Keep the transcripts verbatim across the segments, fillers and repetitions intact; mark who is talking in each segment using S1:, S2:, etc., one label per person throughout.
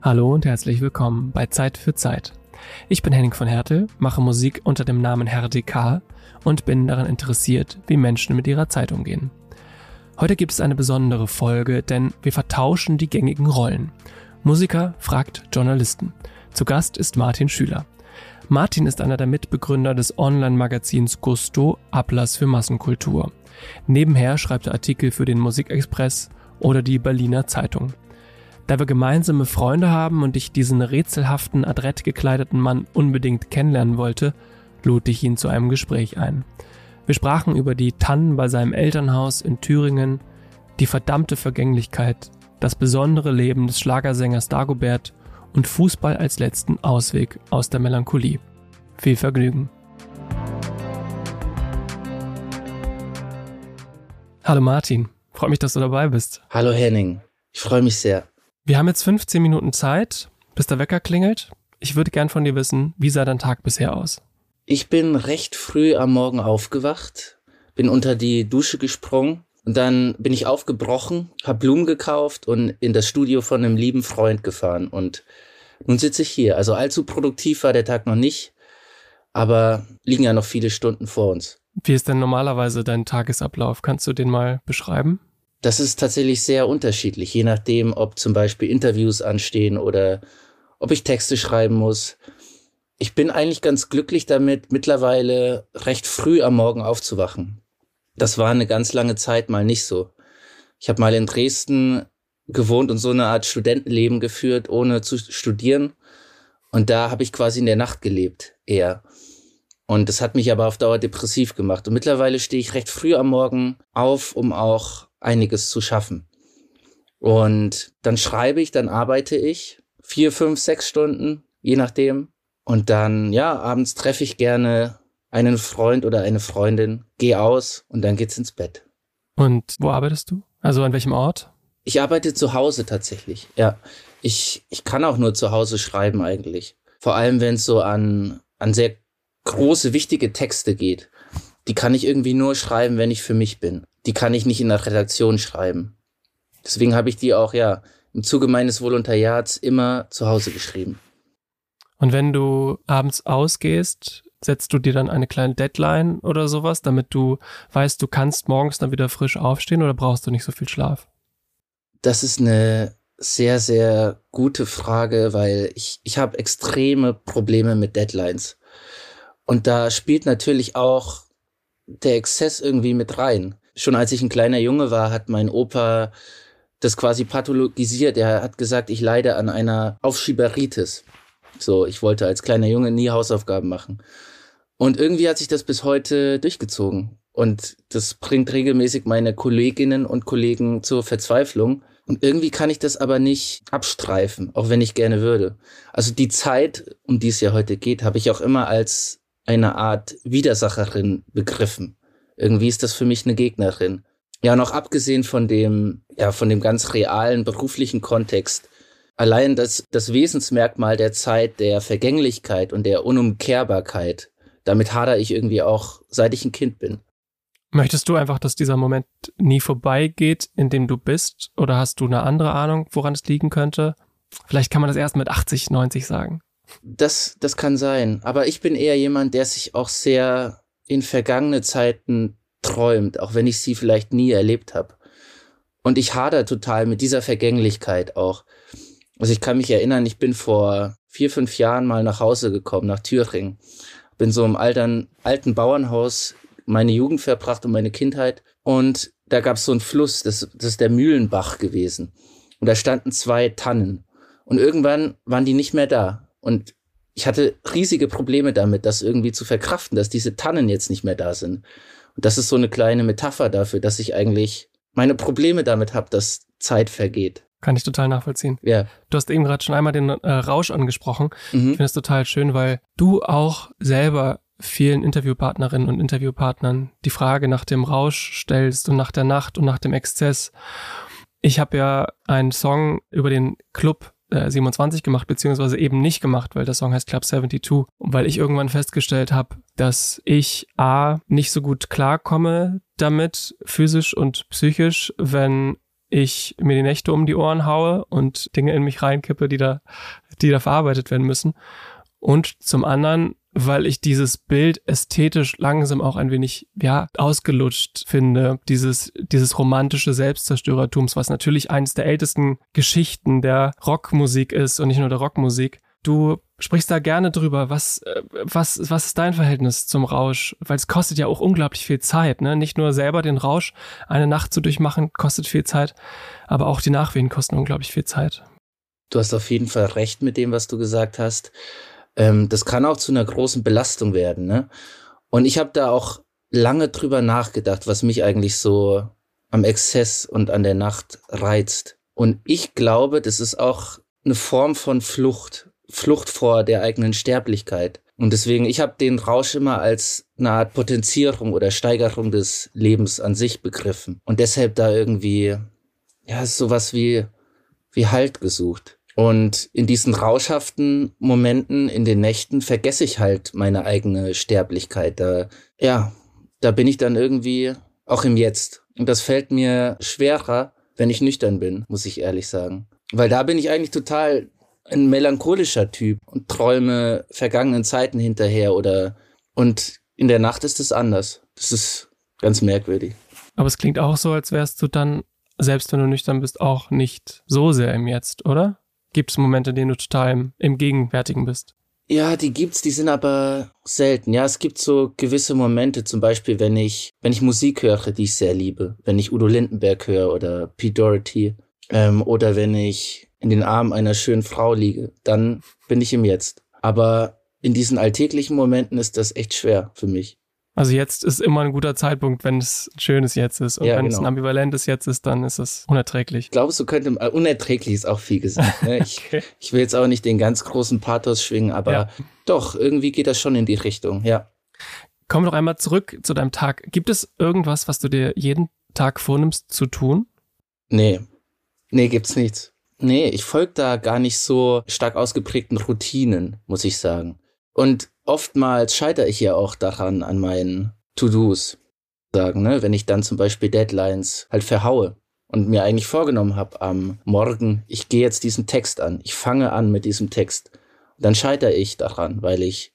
S1: Hallo und herzlich willkommen bei Zeit für Zeit. Ich bin Henning von Hertel, mache Musik unter dem Namen Herr D K und bin daran interessiert, wie Menschen mit ihrer Zeit umgehen. Heute gibt es eine besondere Folge, denn wir vertauschen die gängigen Rollen. Musiker fragt Journalisten. Zu Gast ist Martin Schüler. Martin ist einer der Mitbegründer des Online-Magazins Gusto, Ablass für Massenkultur. Nebenher schreibt er Artikel für den Musikexpress oder die Berliner Zeitung. Da wir gemeinsame Freunde haben und ich diesen rätselhaften, adrett gekleideten Mann unbedingt kennenlernen wollte, lud ich ihn zu einem Gespräch ein. Wir sprachen über die Tannen bei seinem Elternhaus in Thüringen, die verdammte Vergänglichkeit, das besondere Leben des Schlagersängers Dagobert und Fußball als letzten Ausweg aus der Melancholie. Viel Vergnügen. Hallo Martin, freut mich, dass du dabei bist.
S2: Hallo Henning, ich freue mich sehr.
S1: Wir haben jetzt fünfzehn Minuten Zeit, bis der Wecker klingelt. Ich würde gern von dir wissen, wie sah dein Tag bisher aus?
S2: Ich bin recht früh am Morgen aufgewacht, bin unter die Dusche gesprungen und dann bin ich aufgebrochen, habe Blumen gekauft und in das Studio von einem lieben Freund gefahren. Und nun sitze ich hier. Also allzu produktiv war der Tag noch nicht, aber liegen ja noch viele Stunden vor uns.
S1: Wie ist denn normalerweise dein Tagesablauf? Kannst du den mal beschreiben?
S2: Das ist tatsächlich sehr unterschiedlich, je nachdem, ob zum Beispiel Interviews anstehen oder ob ich Texte schreiben muss. Ich bin eigentlich ganz glücklich damit, mittlerweile recht früh am Morgen aufzuwachen. Das war eine ganz lange Zeit mal nicht so. Ich habe mal in Dresden gewohnt und so eine Art Studentenleben geführt, ohne zu studieren. Und da habe ich quasi in der Nacht gelebt, eher. Und das hat mich aber auf Dauer depressiv gemacht. Und mittlerweile stehe ich recht früh am Morgen auf, um auch einiges zu schaffen. Und dann schreibe ich, dann arbeite ich vier, fünf, sechs Stunden, je nachdem. Und dann, ja, abends treffe ich gerne einen Freund oder eine Freundin, gehe aus und dann geht's ins Bett.
S1: Und wo arbeitest du? Also an welchem Ort?
S2: Ich arbeite zu Hause tatsächlich, ja. Ich, ich kann auch nur zu Hause schreiben eigentlich. Vor allem, wenn es so an, an sehr große, wichtige Texte geht. Die kann ich irgendwie nur schreiben, wenn ich für mich bin. Die kann ich nicht in der Redaktion schreiben. Deswegen habe ich die auch, ja, im Zuge meines Volontariats immer zu Hause geschrieben.
S1: Und wenn du abends ausgehst, setzt du dir dann eine kleine Deadline oder sowas, damit du weißt, du kannst morgens dann wieder frisch aufstehen, oder brauchst du nicht so viel Schlaf?
S2: Das ist eine sehr, sehr gute Frage, weil ich, ich habe extreme Probleme mit Deadlines. Und da spielt natürlich auch der Exzess irgendwie mit rein. Schon als ich ein kleiner Junge war, hat mein Opa das quasi pathologisiert. Er hat gesagt, ich leide an einer Aufschieberitis. So, ich wollte als kleiner Junge nie Hausaufgaben machen. Und irgendwie hat sich das bis heute durchgezogen. Und das bringt regelmäßig meine Kolleginnen und Kollegen zur Verzweiflung. Und irgendwie kann ich das aber nicht abstreifen, auch wenn ich gerne würde. Also die Zeit, um die es ja heute geht, habe ich auch immer als eine Art Widersacherin begriffen. Irgendwie ist das für mich eine Gegnerin. Ja, noch abgesehen von dem, ja, von dem ganz realen beruflichen Kontext. Allein das, das Wesensmerkmal der Zeit, der Vergänglichkeit und der Unumkehrbarkeit, damit hadere ich irgendwie auch, seit ich ein Kind bin.
S1: Möchtest du einfach, dass dieser Moment nie vorbeigeht, in dem du bist? Oder hast du eine andere Ahnung, woran es liegen könnte? Vielleicht kann man das erst mit achtzig, neunzig sagen.
S2: Das, das kann sein. Aber ich bin eher jemand, der sich auch sehr in vergangene Zeiten träumt, auch wenn ich sie vielleicht nie erlebt habe. Und ich hadere total mit dieser Vergänglichkeit auch. Also ich kann mich erinnern, ich bin vor vier, fünf Jahren mal nach Hause gekommen, nach Thüringen. Bin so im alten, alten Bauernhaus meine Jugend verbracht und meine Kindheit. Und da gab es so einen Fluss, das, das ist der Mühlenbach gewesen. Und da standen zwei Tannen. Und irgendwann waren die nicht mehr da. Und ich hatte riesige Probleme damit, das irgendwie zu verkraften, dass diese Tannen jetzt nicht mehr da sind. Und das ist so eine kleine Metapher dafür, dass ich eigentlich meine Probleme damit habe, dass Zeit vergeht.
S1: Kann ich total nachvollziehen.
S2: Ja.
S1: Du hast eben gerade schon einmal den äh, Rausch angesprochen.
S2: Mhm.
S1: Ich finde es total schön, weil du auch selber vielen Interviewpartnerinnen und Interviewpartnern die Frage nach dem Rausch stellst und nach der Nacht und nach dem Exzess. Ich habe ja einen Song über den Club äh, siebenundzwanzig gemacht, beziehungsweise eben nicht gemacht, weil der Song heißt Club zweiundsiebzig, weil ich irgendwann festgestellt habe, dass ich A, nicht so gut klarkomme damit, physisch und psychisch, wenn ich mir die Nächte um die Ohren haue und Dinge in mich reinkippe, die da, die da verarbeitet werden müssen. Und zum anderen, weil ich dieses Bild ästhetisch langsam auch ein wenig, ja, ausgelutscht finde. Dieses, dieses romantische Selbstzerstörertums, was natürlich eines der ältesten Geschichten der Rockmusik ist und nicht nur der Rockmusik. Du sprichst da gerne drüber. Was, was, was ist dein Verhältnis zum Rausch? Weil es kostet ja auch unglaublich viel Zeit, ne? Nicht nur selber den Rausch eine Nacht zu durchmachen, kostet viel Zeit, aber auch die Nachwehen kosten unglaublich viel Zeit.
S2: Du hast auf jeden Fall recht mit dem, was du gesagt hast. Ähm, das kann auch zu einer großen Belastung werden, ne? Und ich habe da auch lange drüber nachgedacht, was mich eigentlich so am Exzess und an der Nacht reizt. Und ich glaube, das ist auch eine Form von Flucht. Flucht vor der eigenen Sterblichkeit. Und deswegen, ich habe den Rausch immer als eine Art Potenzierung oder Steigerung des Lebens an sich begriffen. Und deshalb da irgendwie, ja, sowas wie, wie Halt gesucht. Und in diesen rauschhaften Momenten, in den Nächten, vergesse ich halt meine eigene Sterblichkeit. Da, ja, da bin ich dann irgendwie auch im Jetzt. Und das fällt mir schwerer, wenn ich nüchtern bin, muss ich ehrlich sagen. Weil da bin ich eigentlich total ein melancholischer Typ und träume vergangenen Zeiten hinterher oder und in der Nacht ist es anders. Das ist ganz merkwürdig.
S1: Aber es klingt auch so, als wärst du dann, selbst wenn du nüchtern bist, auch nicht so sehr im Jetzt, oder? Gibt es Momente, in denen du total im, im Gegenwärtigen bist?
S2: Ja, die gibt's, die sind aber selten. Ja, es gibt so gewisse Momente, zum Beispiel, wenn ich, wenn ich Musik höre, die ich sehr liebe. Wenn ich Udo Lindenberg höre oder Pete Doherty, ähm, oder wenn ich in den Armen einer schönen Frau liege, dann bin ich im Jetzt. Aber in diesen alltäglichen Momenten ist das echt schwer für mich.
S1: Also jetzt ist immer ein guter Zeitpunkt, wenn es ein schönes Jetzt ist. Und
S2: ja,
S1: wenn
S2: genau.
S1: es ein ambivalentes Jetzt ist, dann ist es unerträglich.
S2: Ich glaube, so könnte, äh, unerträglich ist auch viel gesagt. Ne? Ich, okay. ich will jetzt auch nicht den ganz großen Pathos schwingen, aber ja. Doch, irgendwie geht das schon in die Richtung, ja.
S1: Kommen wir noch einmal zurück zu deinem Tag. Gibt es irgendwas, was du dir jeden Tag vornimmst zu tun?
S2: Nee, nee, gibt's nichts. Nee, ich folge da gar nicht so stark ausgeprägten Routinen, muss ich sagen. Und oftmals scheitere ich ja auch daran an meinen To-Dos, sagen, ne? Wenn ich dann zum Beispiel Deadlines halt verhaue und mir eigentlich vorgenommen habe am Morgen, ich gehe jetzt diesen Text an, ich fange an mit diesem Text. Und dann scheitere ich daran, weil ich,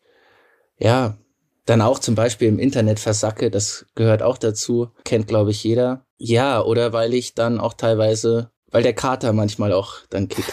S2: ja, dann auch zum Beispiel im Internet versacke, das gehört auch dazu, kennt glaube ich jeder. Ja, oder weil ich dann auch teilweise... Weil der Kater manchmal auch dann kickt.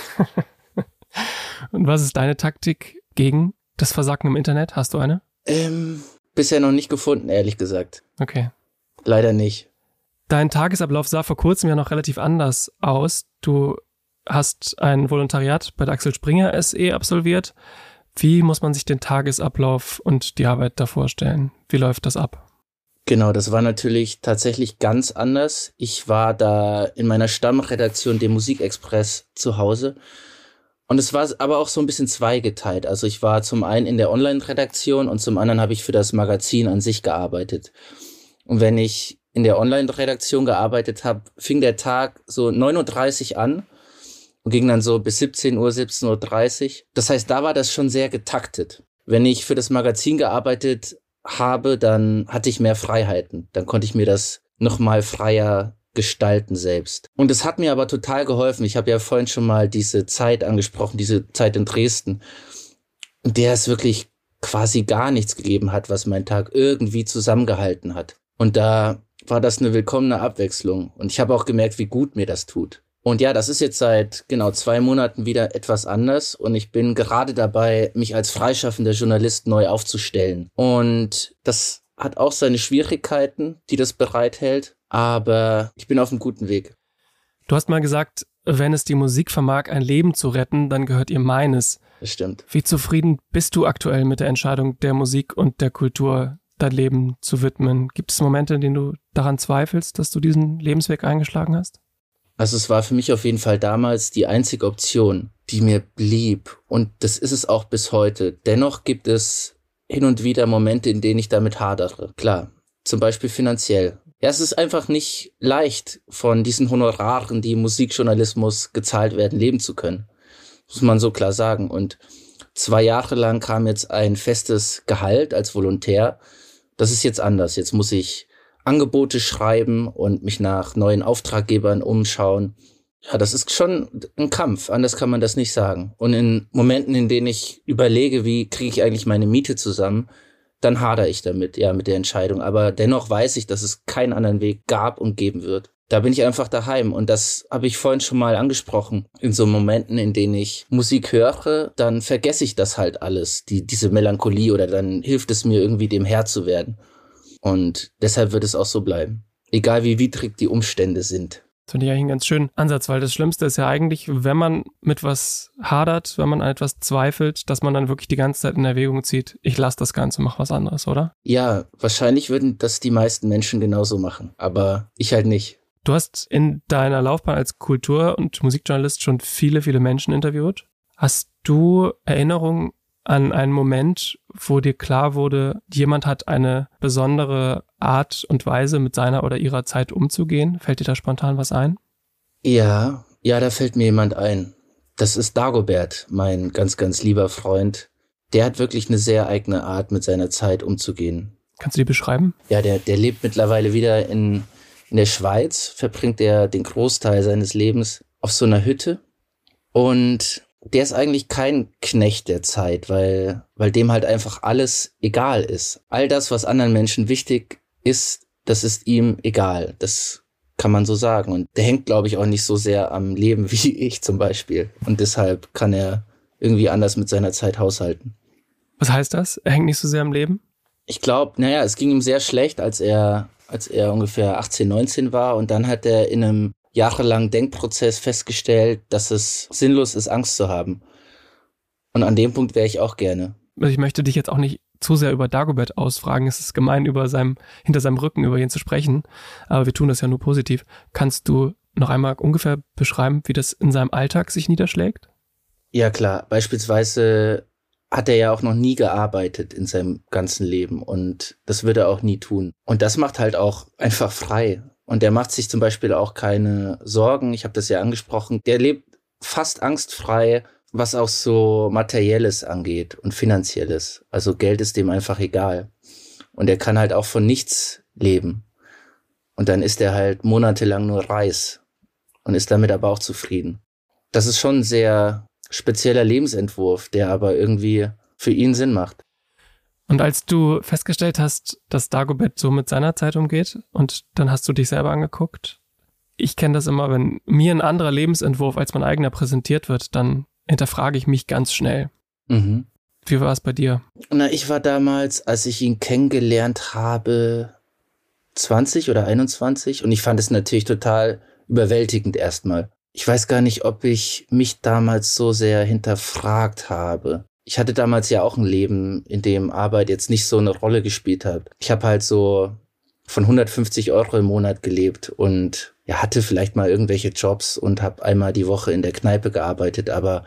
S1: Und was ist deine Taktik gegen das Versacken im Internet? Hast du eine?
S2: Ähm, bisher noch nicht gefunden, ehrlich gesagt.
S1: Okay.
S2: Leider nicht.
S1: Dein Tagesablauf sah vor kurzem ja noch relativ anders aus. Du hast ein Volontariat bei der Axel Springer S E absolviert. Wie muss man sich den Tagesablauf und die Arbeit da vorstellen? Wie läuft das ab?
S2: Genau, das war natürlich tatsächlich ganz anders. Ich war da in meiner Stammredaktion, dem Musikexpress, zu Hause. Und es war aber auch so ein bisschen zweigeteilt. Also ich war zum einen in der Online-Redaktion und zum anderen habe ich für das Magazin an sich gearbeitet. Und wenn ich in der Online-Redaktion gearbeitet habe, fing der Tag so neun Uhr dreißig an und ging dann so bis siebzehn Uhr, siebzehn Uhr dreißig. Das heißt, da war das schon sehr getaktet. Wenn ich für das Magazin gearbeitet habe, dann hatte ich mehr Freiheiten. Dann konnte ich mir das nochmal freier gestalten selbst. Und es hat mir aber total geholfen. Ich habe ja vorhin schon mal diese Zeit angesprochen, diese Zeit in Dresden, in der es wirklich quasi gar nichts gegeben hat, was meinen Tag irgendwie zusammengehalten hat. Und da war das eine willkommene Abwechslung. Und ich habe auch gemerkt, wie gut mir das tut. Und ja, das ist jetzt seit genau zwei Monaten wieder etwas anders und ich bin gerade dabei, mich als freischaffender Journalist neu aufzustellen. Und das hat auch seine Schwierigkeiten, die das bereithält, aber ich bin auf einem guten Weg.
S1: Du hast mal gesagt, wenn es die Musik vermag, ein Leben zu retten, dann gehört ihr meines.
S2: Das stimmt.
S1: Wie zufrieden bist du aktuell mit der Entscheidung der Musik und der Kultur, dein Leben zu widmen? Gibt es Momente, in denen du daran zweifelst, dass du diesen Lebensweg eingeschlagen hast?
S2: Also es war für mich auf jeden Fall damals die einzige Option, die mir blieb. Und das ist es auch bis heute. Dennoch gibt es hin und wieder Momente, in denen ich damit hadere. Klar, zum Beispiel finanziell. Ja, es ist einfach nicht leicht, von diesen Honoraren, die im Musikjournalismus gezahlt werden, leben zu können. Muss man so klar sagen. Und zwei Jahre lang kam jetzt ein festes Gehalt als Volontär. Das ist jetzt anders. Jetzt muss ich Angebote schreiben und mich nach neuen Auftraggebern umschauen. Ja, das ist schon ein Kampf, anders kann man das nicht sagen. Und in Momenten, in denen ich überlege, wie kriege ich eigentlich meine Miete zusammen, dann hadere ich damit, ja, mit der Entscheidung. Aber dennoch weiß ich, dass es keinen anderen Weg gab und geben wird. Da bin ich einfach daheim und das habe ich vorhin schon mal angesprochen. In so Momenten, in denen ich Musik höre, dann vergesse ich das halt alles, die, diese Melancholie, oder dann hilft es mir irgendwie, dem Herr zu werden. Und deshalb wird es auch so bleiben. Egal wie widrig die Umstände sind.
S1: Das finde ich eigentlich einen ganz schönen Ansatz, weil das Schlimmste ist ja eigentlich, wenn man mit was hadert, wenn man an etwas zweifelt, dass man dann wirklich die ganze Zeit in Erwägung zieht, ich lasse das Ganze, mach was anderes, oder?
S2: Ja, wahrscheinlich würden das die meisten Menschen genauso machen, aber ich halt nicht.
S1: Du hast in deiner Laufbahn als Kultur- und Musikjournalist schon viele, viele Menschen interviewt. Hast du Erinnerungen an einen Moment, wo dir klar wurde, jemand hat eine besondere Art und Weise, mit seiner oder ihrer Zeit umzugehen? Fällt dir da spontan was ein?
S2: Ja, ja, da fällt mir jemand ein. Das ist Dagobert, mein ganz, ganz lieber Freund. Der hat wirklich eine sehr eigene Art, mit seiner Zeit umzugehen.
S1: Kannst du die beschreiben?
S2: Ja, der, der lebt mittlerweile wieder in, in der Schweiz, verbringt er den Großteil seines Lebens auf so einer Hütte. Und der ist eigentlich kein Knecht der Zeit, weil, weil dem halt einfach alles egal ist. All das, was anderen Menschen wichtig ist, das ist ihm egal. Das kann man so sagen. Und der hängt, glaube ich, auch nicht so sehr am Leben wie ich zum Beispiel. Und deshalb kann er irgendwie anders mit seiner Zeit haushalten.
S1: Was heißt das? Er hängt nicht so sehr am Leben?
S2: Ich glaube, naja, es ging ihm sehr schlecht, als er, als er ungefähr achtzehn, neunzehn war. Und dann hat er in einem jahrelangen Denkprozess festgestellt, dass es sinnlos ist, Angst zu haben. Und an dem Punkt wäre ich auch gerne.
S1: Also ich möchte dich jetzt auch nicht zu sehr über Dagobert ausfragen. Es ist gemein, über seinem, hinter seinem Rücken über ihn zu sprechen. Aber wir tun das ja nur positiv. Kannst du noch einmal ungefähr beschreiben, wie das in seinem Alltag sich niederschlägt?
S2: Ja, klar. Beispielsweise hat er ja auch noch nie gearbeitet in seinem ganzen Leben. Und das wird er auch nie tun. Und das macht halt auch einfach frei. Und der macht sich zum Beispiel auch keine Sorgen. Ich habe das ja angesprochen. Der lebt fast angstfrei, was auch so Materielles angeht und Finanzielles. Also Geld ist dem einfach egal. Und er kann halt auch von nichts leben. Und dann isst er halt monatelang nur Reis und ist damit aber auch zufrieden. Das ist schon ein sehr spezieller Lebensentwurf, der aber irgendwie für ihn Sinn macht.
S1: Und als du festgestellt hast, dass Dagobert so mit seiner Zeit umgeht und dann hast du dich selber angeguckt. Ich kenne das immer, wenn mir ein anderer Lebensentwurf als mein eigener präsentiert wird, dann hinterfrage ich mich ganz schnell.
S2: Mhm.
S1: Wie war es bei dir?
S2: Na, ich war damals, als ich ihn kennengelernt habe, zwanzig oder einundzwanzig und ich fand es natürlich total überwältigend erstmal. Ich weiß gar nicht, ob ich mich damals so sehr hinterfragt habe. Ich hatte damals ja auch ein Leben, in dem Arbeit jetzt nicht so eine Rolle gespielt hat. Ich habe halt so von hundertfünfzig Euro im Monat gelebt und ja, hatte vielleicht mal irgendwelche Jobs und habe einmal die Woche in der Kneipe gearbeitet, aber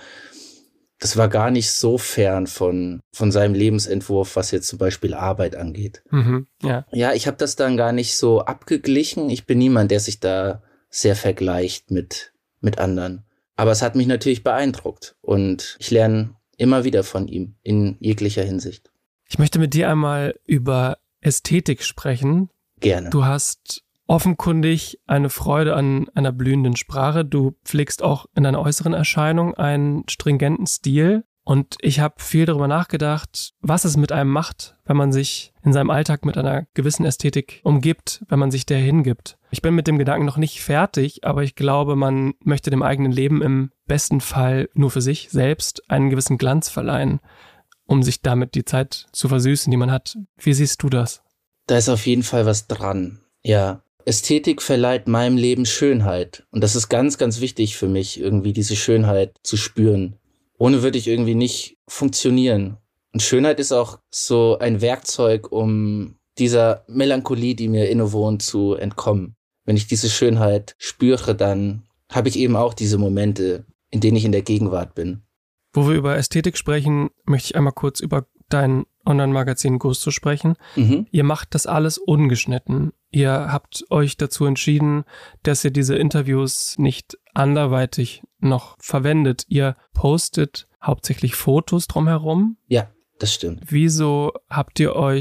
S2: das war gar nicht so fern von von seinem Lebensentwurf, was jetzt zum Beispiel Arbeit angeht.
S1: Mhm, ja.
S2: Ja, ich habe das dann gar nicht so abgeglichen. Ich bin niemand, der sich da sehr vergleicht mit mit anderen. Aber es hat mich natürlich beeindruckt und ich lerne immer wieder von ihm in jeglicher Hinsicht.
S1: Ich möchte mit dir einmal über Ästhetik sprechen.
S2: Gerne.
S1: Du hast offenkundig eine Freude an einer blühenden Sprache. Du pflegst auch in deiner äußeren Erscheinung einen stringenten Stil. Und ich habe viel darüber nachgedacht, was es mit einem macht, wenn man sich in seinem Alltag mit einer gewissen Ästhetik umgibt, wenn man sich der hingibt. Ich bin mit dem Gedanken noch nicht fertig, aber ich glaube, man möchte dem eigenen Leben im besten Fall nur für sich selbst einen gewissen Glanz verleihen, um sich damit die Zeit zu versüßen, die man hat. Wie siehst du das?
S2: Da ist auf jeden Fall was dran. Ja, Ästhetik verleiht meinem Leben Schönheit. Und das ist ganz, ganz wichtig für mich, irgendwie diese Schönheit zu spüren. Ohne würde ich irgendwie nicht funktionieren. Und Schönheit ist auch so ein Werkzeug, um dieser Melancholie, die mir innewohnt, zu entkommen. Wenn ich diese Schönheit spüre, dann habe ich eben auch diese Momente, in denen ich in der Gegenwart bin.
S1: Wo wir über Ästhetik sprechen, möchte ich einmal kurz über dein Online-Magazin Gusto sprechen. Mhm. Ihr macht das alles ungeschnitten. Ihr habt euch dazu entschieden, dass ihr diese Interviews nicht anderweitig noch verwendet. Ihr postet hauptsächlich Fotos drumherum.
S2: Ja, das stimmt.
S1: Wieso habt ihr euch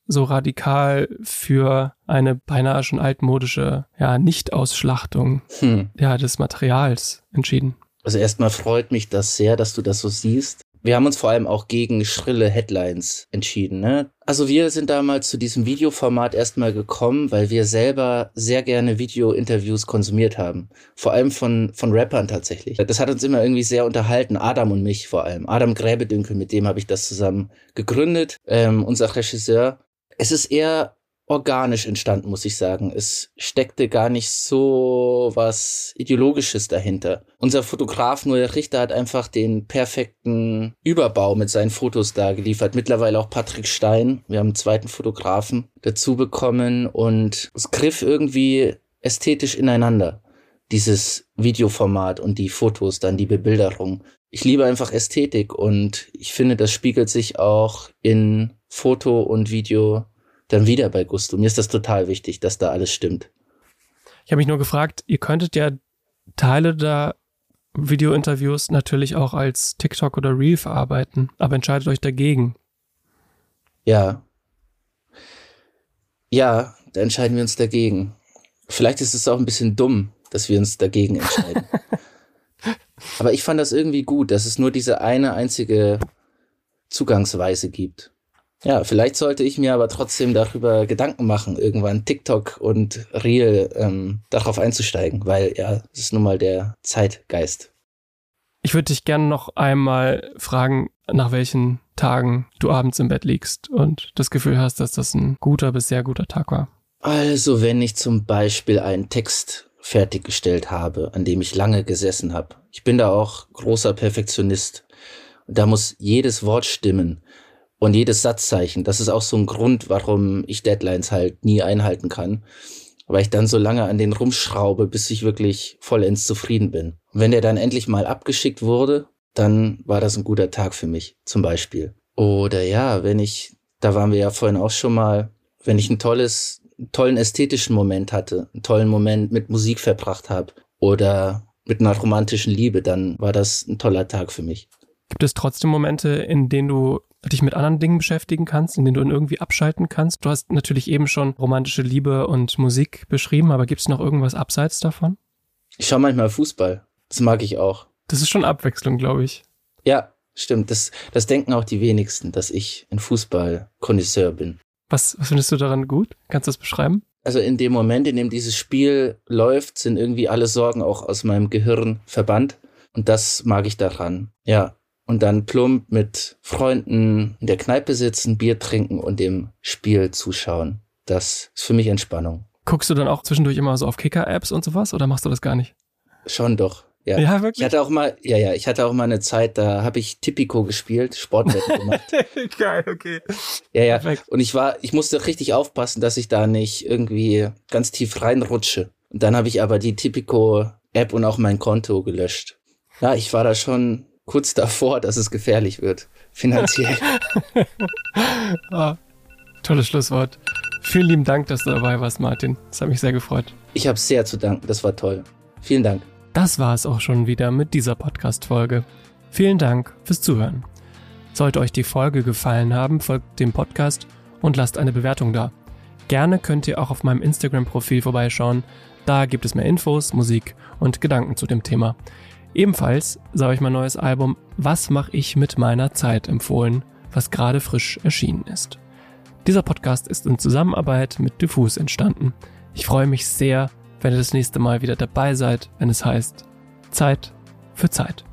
S1: so radikal für eine beinahe schon altmodische, ja, Nicht-Ausschlachtung hm. ja, des Materials entschieden?
S2: Also erstmal freut mich das sehr, dass du das so siehst. Wir haben uns vor allem auch gegen schrille Headlines entschieden, ne? Also wir sind damals zu diesem Videoformat erstmal gekommen, weil wir selber sehr gerne Video-Interviews konsumiert haben. Vor allem von von Rappern tatsächlich. Das hat uns immer irgendwie sehr unterhalten, Adam und mich vor allem. Adam Gräbedünkel, mit dem habe ich das zusammen gegründet, ähm, unser Regisseur. Es ist eher organisch entstanden, muss ich sagen. Es steckte gar nicht so was Ideologisches dahinter. Unser Fotograf Noel Richter hat einfach den perfekten Überbau mit seinen Fotos da geliefert. Mittlerweile auch Patrick Stein. Wir haben einen zweiten Fotografen dazu bekommen und es griff irgendwie ästhetisch ineinander. Dieses Videoformat und die Fotos, dann die Bebilderung. Ich liebe einfach Ästhetik und ich finde, das spiegelt sich auch in Foto und Video dann wieder bei Gusto. Mir ist das total wichtig, dass da alles stimmt.
S1: Ich habe mich nur gefragt, ihr könntet ja Teile der Video-Interviews natürlich auch als TikTok oder Reel verarbeiten, aber entscheidet euch dagegen.
S2: Ja. Ja, da entscheiden wir uns dagegen. Vielleicht ist es auch ein bisschen dumm, dass wir uns dagegen entscheiden. Aber ich fand das irgendwie gut, dass es nur diese eine einzige Zugangsweise gibt. Ja, vielleicht sollte ich mir aber trotzdem darüber Gedanken machen, irgendwann TikTok und Reel ähm, darauf einzusteigen, weil ja, das ist nun mal der Zeitgeist.
S1: Ich würde dich gerne noch einmal fragen, nach welchen Tagen du abends im Bett liegst und das Gefühl hast, dass das ein guter bis sehr guter Tag war.
S2: Also wenn ich zum Beispiel einen Text fertiggestellt habe, an dem ich lange gesessen habe. Ich bin da auch großer Perfektionist. Und da muss jedes Wort stimmen. Und jedes Satzzeichen, das ist auch so ein Grund, warum ich Deadlines halt nie einhalten kann. Weil ich dann so lange an den rumschraube, bis ich wirklich vollends zufrieden bin. Und wenn der dann endlich mal abgeschickt wurde, dann war das ein guter Tag für mich, zum Beispiel. Oder ja, wenn ich, da waren wir ja vorhin auch schon mal, wenn ich ein tolles, einen tollen ästhetischen Moment hatte, einen tollen Moment mit Musik verbracht habe oder mit einer romantischen Liebe, dann war das ein toller Tag für mich.
S1: Gibt es trotzdem Momente, in denen du dich mit anderen Dingen beschäftigen kannst, in denen du irgendwie abschalten kannst? Du hast natürlich eben schon romantische Liebe und Musik beschrieben, aber gibt es noch irgendwas abseits davon?
S2: Ich schaue manchmal Fußball. Das mag ich auch.
S1: Das ist schon Abwechslung, glaube ich.
S2: Ja, stimmt. Das, das denken auch die wenigsten, dass ich ein Fußball-Konnoisseur bin.
S1: Was, was findest du daran gut? Kannst du das beschreiben?
S2: Also in dem Moment, in dem dieses Spiel läuft, sind irgendwie alle Sorgen auch aus meinem Gehirn verbannt. Und das mag ich daran. Ja. Und dann plump mit Freunden in der Kneipe sitzen, Bier trinken und dem Spiel zuschauen. Das ist für mich Entspannung.
S1: Guckst du dann auch zwischendurch immer so auf Kicker-Apps und sowas oder machst du das gar nicht?
S2: Schon doch, ja.
S1: Ja, wirklich?
S2: Ich hatte auch mal, ja, ja, ich hatte auch mal eine Zeit, da habe ich Tipico gespielt, Sportwetten gemacht.
S1: Geil, okay.
S2: Ja, ja.
S1: Perfekt.
S2: Und ich war, ich musste richtig aufpassen, dass ich da nicht irgendwie ganz tief reinrutsche. Und dann habe ich aber die Tipico-App und auch mein Konto gelöscht. Ja, ich war da schon kurz davor, dass es gefährlich wird, finanziell.
S1: Ah, tolles Schlusswort. Vielen lieben Dank, dass du dabei warst, Martin. Das hat mich sehr gefreut.
S2: Ich habe sehr zu danken, das war toll. Vielen Dank.
S1: Das war es auch schon wieder mit dieser Podcast-Folge. Vielen Dank fürs Zuhören. Sollte euch die Folge gefallen haben, folgt dem Podcast und lasst eine Bewertung da. Gerne könnt ihr auch auf meinem Instagram-Profil vorbeischauen. Da gibt es mehr Infos, Musik und Gedanken zu dem Thema. Ebenfalls sei euch mein neues Album Was mach ich mit meiner Zeit empfohlen, was gerade frisch erschienen ist. Dieser Podcast ist in Zusammenarbeit mit Diffus entstanden. Ich freue mich sehr, wenn ihr das nächste Mal wieder dabei seid, wenn es heißt Zeit für Zeit.